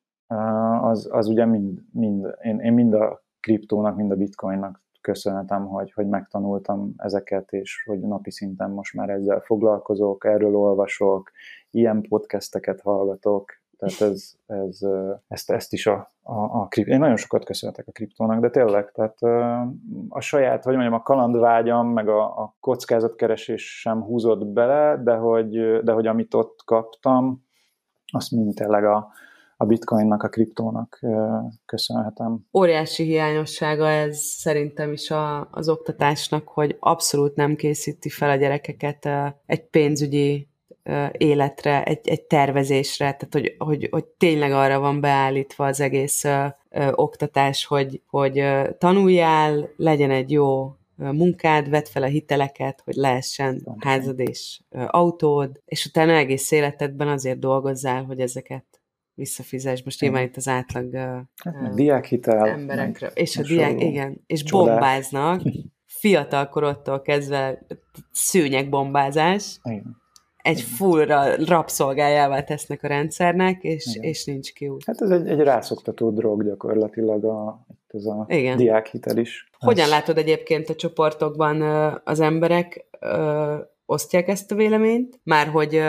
Speaker 3: az ugye én mind a kriptónak, mind a bitcoinnak köszönhetem, hogy megtanultam ezeket, és hogy napi szinten most már ezzel foglalkozok, erről olvasok, ilyen podcasteket hallgatok, tehát ezt is én nagyon sokat köszönhetek a kriptónak, de tényleg, tehát a saját, hogy mondjam, a kalandvágyam, meg a kockázatkeresés sem húzott bele, de hogy amit ott kaptam, azt mind tényleg a bitcoinnak, a kriptónak köszönhetem.
Speaker 2: Óriási hiányossága ez szerintem is az oktatásnak, hogy abszolút nem készíti fel a gyerekeket egy pénzügyi életre, egy tervezésre, tehát hogy tényleg arra van beállítva az egész oktatás, hogy tanuljál, legyen egy jó munkád, vedd fel a hiteleket, hogy lehessen házad és autód, és utána egész életedben azért dolgozzál, hogy ezeket visszafizes. Most nyilván itt az átlag
Speaker 3: diákhitel,
Speaker 2: emberekre. És a diák, igen, és csodák. Bombáznak, fiatal korodtól kezdve szőnyegbombázás, igen. Egy full rabszolgájává tesznek a rendszernek, és nincs kiút.
Speaker 3: Hát ez egy rászoktató drog gyakorlatilag ez a diákhitel is.
Speaker 2: Hogyan látod egyébként a csoportokban az emberek osztják ezt a véleményt? Már hogy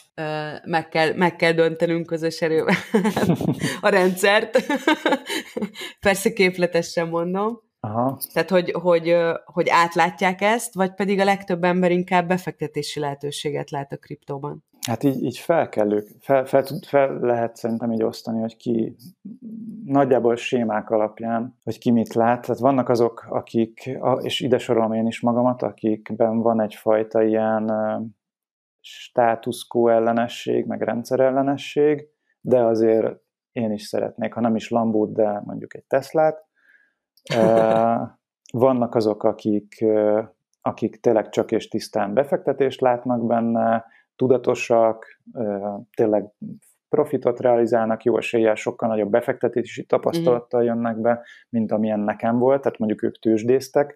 Speaker 2: meg kell döntenünk közös erővel a rendszert. Persze képletesen mondom.
Speaker 3: Aha.
Speaker 2: Tehát, hogy átlátják ezt, vagy pedig a legtöbb ember inkább befektetési lehetőséget lát a kriptóban?
Speaker 3: Hát így fel lehet szerintem így osztani, hogy ki nagyjából sémák alapján, hogy ki mit lát. Tehát vannak azok, akik, és ide sorolom én is magamat, akikben van egyfajta ilyen status quo ellenesség, meg rendszerellenesség, de azért én is szeretnék, ha nem is Lambót, de mondjuk egy Teslát. Vannak azok, akik tényleg csak és tisztán befektetést látnak benne, tudatosak, tényleg profitot realizálnak, jó eséllyel sokkal nagyobb befektetési tapasztalattal jönnek be, mint amilyen nekem volt, tehát mondjuk ők tőzsdéztek.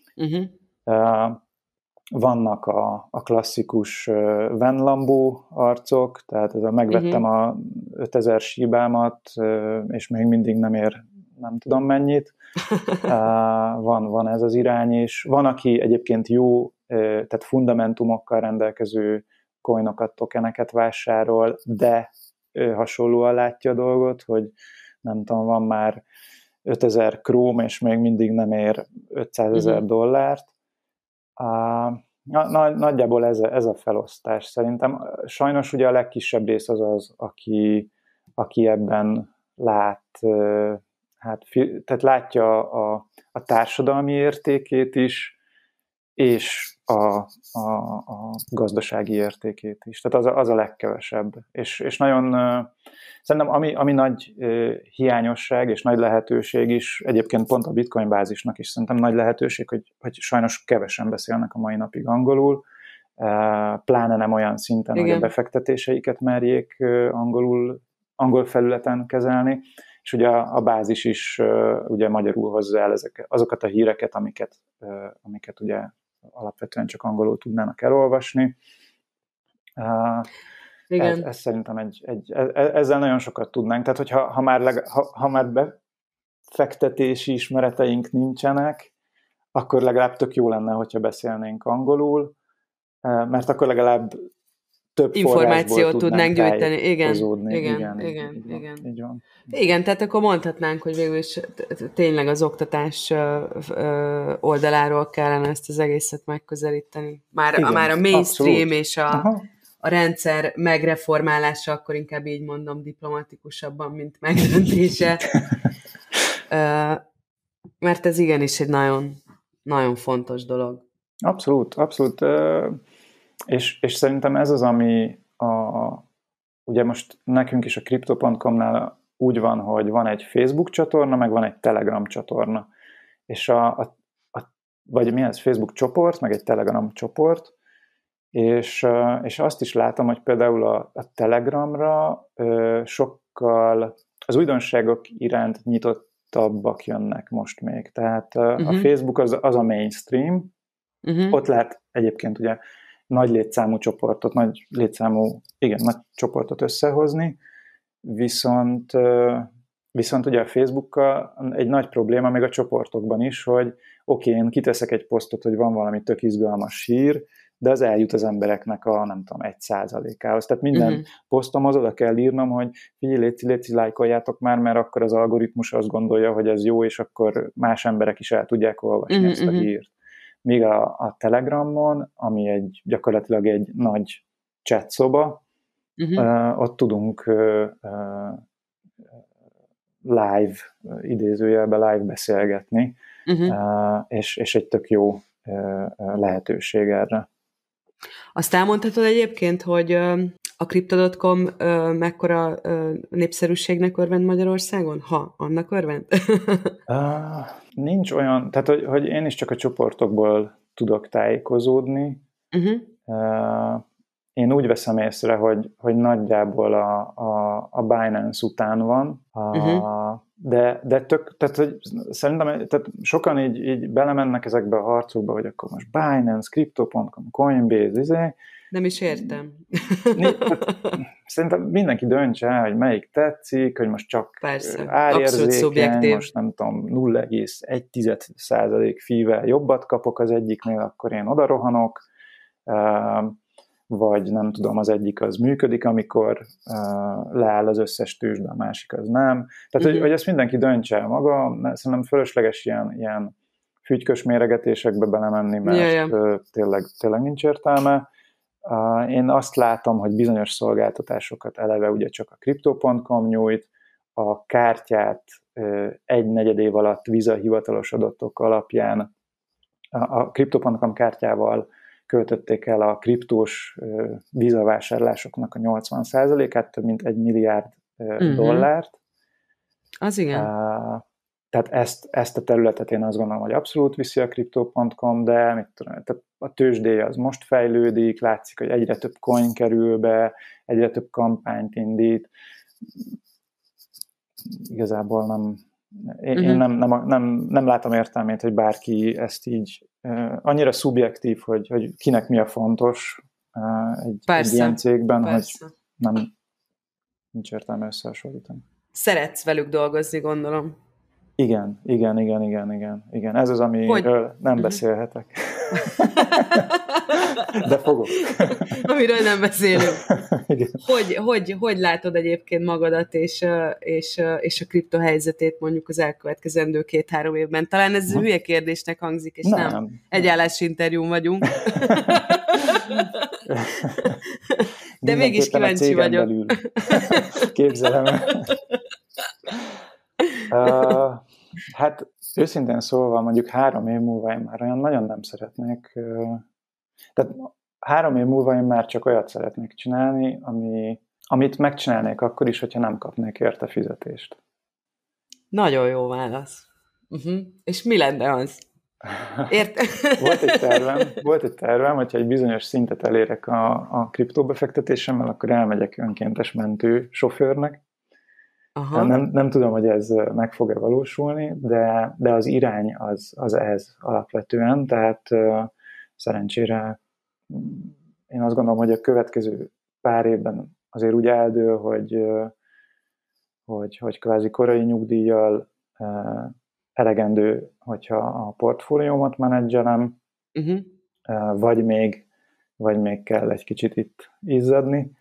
Speaker 3: Vannak a klasszikus Van Lambó arcok, tehát megvettem a 5000 síbámat, és még mindig nem ér nem tudom mennyit. Van ez az irány is. Van, aki egyébként jó, tehát fundamentumokkal rendelkező coinokat, tokeneket vásárol, de hasonlóan látja a dolgot, hogy nem tudom, van már 5000 króm, és még mindig nem ér 500 000 dollárt. Nagyjából ez a felosztás szerintem. Sajnos ugye a legkisebb rész az, aki ebben lát, tehát látja a társadalmi értékét is, és a gazdasági értékét is. Tehát az a legkevesebb. És nagyon, szerintem ami nagy hiányosság és nagy lehetőség is, egyébként pont a bitcoin bázisnak is szerintem nagy lehetőség, hogy sajnos kevesen beszélnek a mai napig angolul, pláne nem olyan szinten, hogy a befektetéseiket merjék angol felületen kezelni, és ugye a bázis is ugye magyarul hozza el azokat a híreket, amiket ugye alapvetően csak angolul tudnának elolvasni. Ez szerintem ezzel nagyon sokat tudnánk. Tehát, hogy ha már befektetési ismereteink nincsenek, akkor legalább tök jó lenne, hogyha beszélnénk angolul, mert akkor legalább több
Speaker 2: információt tudnánk gyűjteni. Igen.
Speaker 3: Így van.
Speaker 2: Igen, tehát akkor mondhatnánk, hogy végül is tényleg az oktatás oldaláról kellene ezt az egészet megközelíteni. Már a mainstream abszolút. És a rendszer megreformálása, akkor inkább így mondom diplomatikusabban, mint megdöntése. Mert ez igenis egy nagyon, nagyon fontos dolog.
Speaker 3: Abszolút. És szerintem ez az, ami ugye most nekünk is a Crypto.com-nál úgy van, hogy van egy Facebook csatorna, meg van egy Telegram csatorna. És vagy mi ez? Facebook csoport, meg egy Telegram csoport, és azt is látom, hogy például a Telegramra sokkal az újdonságok iránt nyitottabbak jönnek most még. Tehát a Facebook az a mainstream, ott lehet egyébként ugye nagy csoportot összehozni, viszont ugye a Facebookkal egy nagy probléma még a csoportokban is, hogy oké, én kiteszek egy posztot, hogy van valami tök izgalmas hír, de az eljut az embereknek a, nem tudom, 1%-ához. Tehát minden posztomhoz oda kell írnom, hogy figyelj, léci, lájkoljátok már, mert akkor az algoritmus azt gondolja, hogy ez jó, és akkor más emberek is el tudják olvasni ezt a hírt. Míg a Telegramon, ami gyakorlatilag egy nagy chat szoba, ott tudunk live, idézőjelben live beszélgetni, és egy tök jó lehetőség erre.
Speaker 2: Azt elmondhatod egyébként, hogy a Crypto.com mekkora népszerűségnek örvend Magyarországon? Ha annak örvend?
Speaker 3: Nincs olyan, tehát hogy én is csak a csoportokból tudok tájékozódni. Én úgy veszem észre, hogy nagyjából a Binance után van, de tehát, hogy szerintem tehát sokan így belemennek ezekbe a harcokba, hogy akkor most Binance, Crypto.com, Coinbase,
Speaker 2: Nem is értem.
Speaker 3: Szerintem mindenki döntse el, hogy melyik tetszik, hogy most csak árérzékeny, most nem tudom, 0,1% fee-vel jobbat kapok az egyiknél, akkor én oda rohanok, vagy nem tudom, az egyik az működik, amikor leáll az összes tőzsde, a másik az nem. Tehát, hogy ezt mindenki döntse el maga, szerintem fölösleges ilyen fügykös méregetésekbe belemenni, mert tényleg nincs értelme. Én azt látom, hogy bizonyos szolgáltatásokat eleve ugye csak a Crypto.com nyújt, a kártyát 1/4 év alatt Visa hivatalos adatok alapján a Crypto.com kártyával költötték el a kriptós Visa vásárlásoknak a 80%-át, több mint $1 milliárd.
Speaker 2: Az igen.
Speaker 3: Tehát ezt a területet én azt gondolom, hogy abszolút viszi a Crypto.com, de mit tudom, tehát a tőzsdéje az most fejlődik, látszik, hogy egyre több coin kerül be, egyre több kampányt indít. Igazából én nem látom értelmét, hogy bárki ezt így annyira szubjektív, hogy kinek mi a fontos egy ilyen cégben, hogy nincs értelme összehasonlítani.
Speaker 2: Szeretsz velük dolgozni, gondolom.
Speaker 3: Igen. Ez az, amiről nem beszélhetek. De fogok.
Speaker 2: Amiről nem beszélünk. Hogy látod egyébként magadat és a kriptohelyzetét mondjuk az elkövetkezendő 2-3 évben? Talán ez hülye kérdésnek hangzik, és nem. Egyállási interjún vagyunk. De mégis kíváncsi vagyok.
Speaker 3: Belül. Képzelem. Hát őszintén szólva mondjuk 3 év múlva én már olyan nagyon nem szeretnék. Tehát 3 év múlva én már csak olyat szeretnék csinálni, amit megcsinálnék akkor is, hogyha nem kapnék érte fizetést.
Speaker 2: Nagyon jó válasz. És mi lenne az?
Speaker 3: Volt egy tervem, hogyha egy bizonyos szintet elérek a kriptóbefektetésemmel, akkor elmegyek önkéntes mentő sofőrnek,
Speaker 2: Aha.
Speaker 3: Nem tudom, hogy ez meg fog-e valósulni, de az irány az ez alapvetően, tehát szerencsére én azt gondolom, hogy a következő pár évben azért úgy eldől, hogy kvázi korai nyugdíjjal elegendő, hogyha a portfóliómat menedzselem, vagy még kell egy kicsit itt izzadni.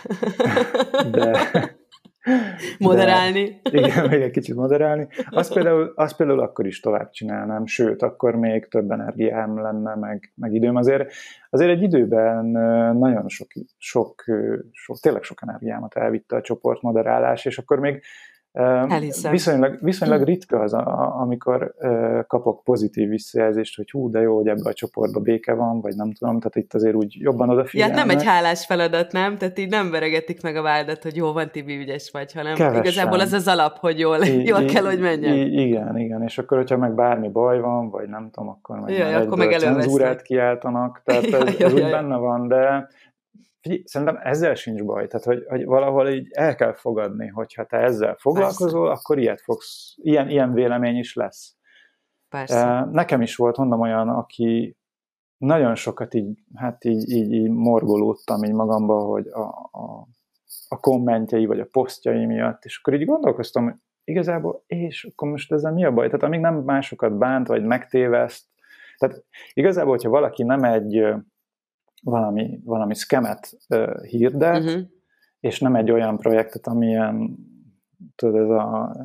Speaker 2: Moderálni.
Speaker 3: Igen, még egy kicsit moderálni. Azt például akkor is tovább csinálnám, sőt, akkor még több energiám lenne, meg időm. Azért egy időben nagyon tényleg sok energiámat elvitte a csoportmoderálás, és akkor még viszonylag ritka az, amikor kapok pozitív visszajelzést, hogy hú, de jó, hogy ebben a csoportban béke van, vagy nem tudom, tehát itt azért úgy jobban odafigyelnek.
Speaker 2: Ja, nem egy hálás feladat, nem? Tehát így nem veregetik meg a vádat, hogy jó van, Tibi, ügyes vagy, hanem kevesen. Igazából az alap, hogy jól kell, hogy menjen.
Speaker 3: Igen, és akkor, hogyha meg bármi baj van, vagy nem tudom, akkor meg cenzúrát kiáltanak, tehát ez úgy benne van, de szerintem ezzel sincs baj, tehát hogy valahol így el kell fogadni, hogyha te ezzel foglalkozol, akkor ilyen vélemény is lesz.
Speaker 2: Persze.
Speaker 3: Nekem is volt, mondom, olyan, aki nagyon sokat így morgolódtam így magamba, hogy a kommentjei, vagy a posztjai miatt, és akkor így gondolkoztam, hogy igazából, és akkor most ezzel mi a baj? Tehát amíg nem másokat bánt, vagy megtéveszt, tehát igazából, hogyha valaki nem egy valami scamet hirdet, és nem egy olyan projektet, amilyen, tudod, ez a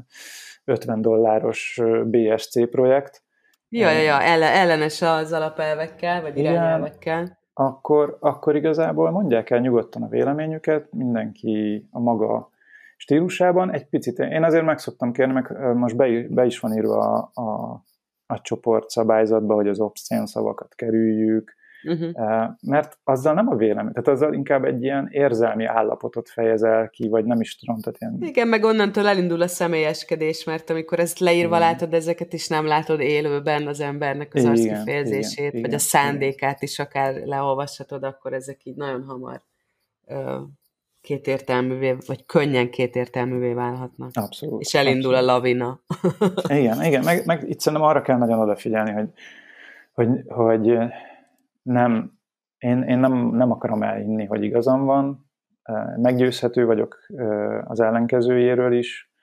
Speaker 3: $50 BSC projekt.
Speaker 2: Ellenes az alapelvekkel, vagy irányelvekkel.
Speaker 3: Akkor igazából mondják el nyugodtan a véleményüket, mindenki a maga stílusában. Egy picit, én azért meg szoktam kérni, meg most be is van írva a csoport szabályzatba, hogy az obszcén szavakat kerüljük, mert azzal nem a vélemény, tehát azzal inkább egy ilyen érzelmi állapotot fejezel ki, vagy nem is tudom. Tehát ilyen...
Speaker 2: Igen, meg onnantól elindul a személyeskedés, mert amikor ezt leírva látod ezeket, és nem látod élőben az embernek az arckifejezését, vagy a szándékát is akár leolvashatod, akkor ezek így nagyon hamar kétértelművé, vagy könnyen kétértelművé válhatnak.
Speaker 3: Abszolút.
Speaker 2: És elindul a lavina.
Speaker 3: Igen, meg itt szerintem arra kell nagyon odafigyelni, hogy én nem akarom elhinni, hogy igazam van, meggyőzhető vagyok az ellenkezőjéről is,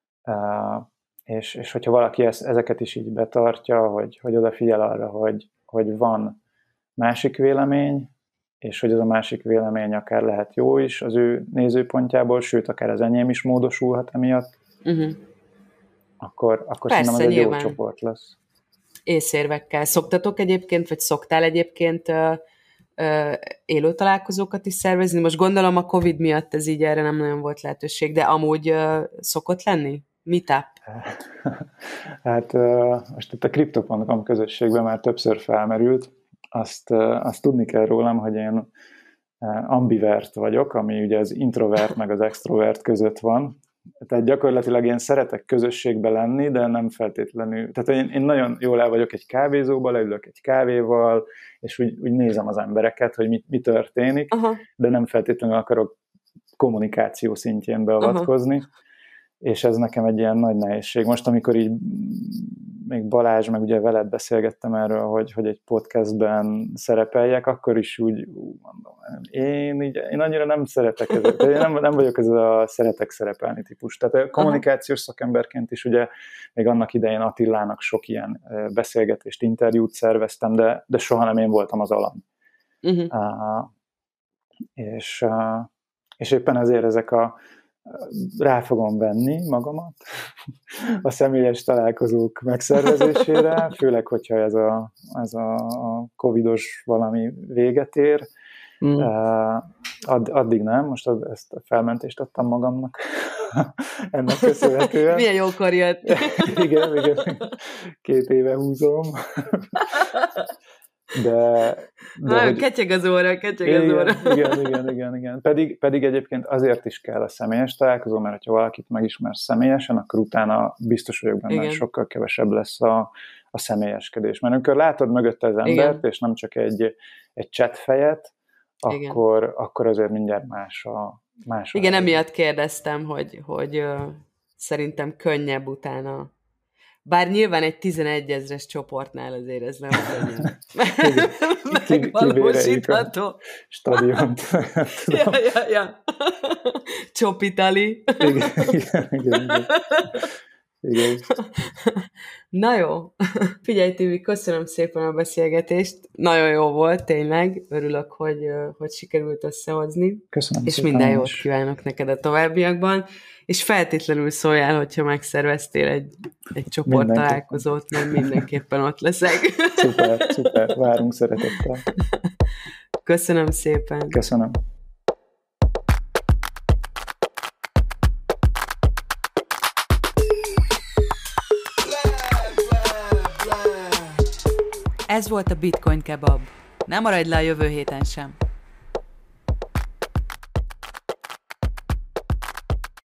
Speaker 3: és hogyha valaki ezeket is így betartja, hogy odafigyel arra, hogy van másik vélemény, és hogy az a másik vélemény akár lehet jó is az ő nézőpontjából, sőt, akár az enyém is módosulhat emiatt, akkor szerintem az egy jó csoport lesz.
Speaker 2: Észérvekkel. Szoktatok egyébként, vagy szoktál egyébként élő találkozókat is szervezni? Most gondolom a Covid miatt ez így erre nem nagyon volt lehetőség, de amúgy szokott lenni? Meetup?
Speaker 3: Hát most itt a Crypto.com közösségben már többször felmerült. Azt tudni kell rólam, hogy én ambivert vagyok, ami ugye az introvert meg az extrovert között van. Tehát gyakorlatilag én szeretek közösségbe lenni, de nem feltétlenül. Tehát én nagyon jól el vagyok egy kávézóba, leülök egy kávéval, és úgy nézem az embereket, hogy mi történik, de nem feltétlenül akarok kommunikáció szintjén beavatkozni. És ez nekem egy ilyen nagy nehézség. Most, amikor így még Balázs, meg ugye veled beszélgettem erről, hogy egy podcastben szerepeljek, akkor is úgy mondom, én annyira nem szeretek ezzel. Én nem vagyok ez a szeretek szerepelni típus. Tehát kommunikációs szakemberként is ugye még annak idején Attilának sok ilyen beszélgetést, interjút szerveztem, de soha nem én voltam az alany. És éppen ezért ezek rá fogom venni magamat a személyes találkozók megszervezésére, főleg, hogyha ez a covidos valami véget ér. Addig nem, most ezt a felmentést adtam magamnak ennek köszönhetően.
Speaker 2: Milyen jókor jött.
Speaker 3: Igen, 2 éve húzom. De
Speaker 2: hogy... Ketyeg az óra.
Speaker 3: Igen. Pedig egyébként azért is kell a személyes találkozó, mert ha valakit megismersz személyesen, akkor utána biztos vagyok benne, hogy sokkal kevesebb lesz a személyeskedés. Mert amikor látod mögötte az embert, és nem csak egy chat fejet, akkor azért mindjárt más a
Speaker 2: igen, emiatt kérdeztem, hogy szerintem könnyebb utána. Bár nyilván egy 11 000-es csoportnál azért ez nem könnyebb. Megvalósítható.
Speaker 3: Stadiont.
Speaker 2: Ja. Csopitali.
Speaker 3: Igen.
Speaker 2: Na jó. Figyelj, Tibi, köszönöm szépen a beszélgetést. Nagyon jó volt, tényleg. Örülök, hogy sikerült összehozni.
Speaker 3: Köszönöm
Speaker 2: és
Speaker 3: szépen.
Speaker 2: És minden jót kívánok neked a továbbiakban. És feltétlenül szóljál, hogyha megszerveztél egy csoporttalálkozót, mert mindenképpen ott leszek.
Speaker 3: Szuper. Várunk szeretettel.
Speaker 2: Köszönöm szépen.
Speaker 3: Köszönöm.
Speaker 1: Ez volt a Bitcoin Kebab. Ne maradj le a jövő héten sem!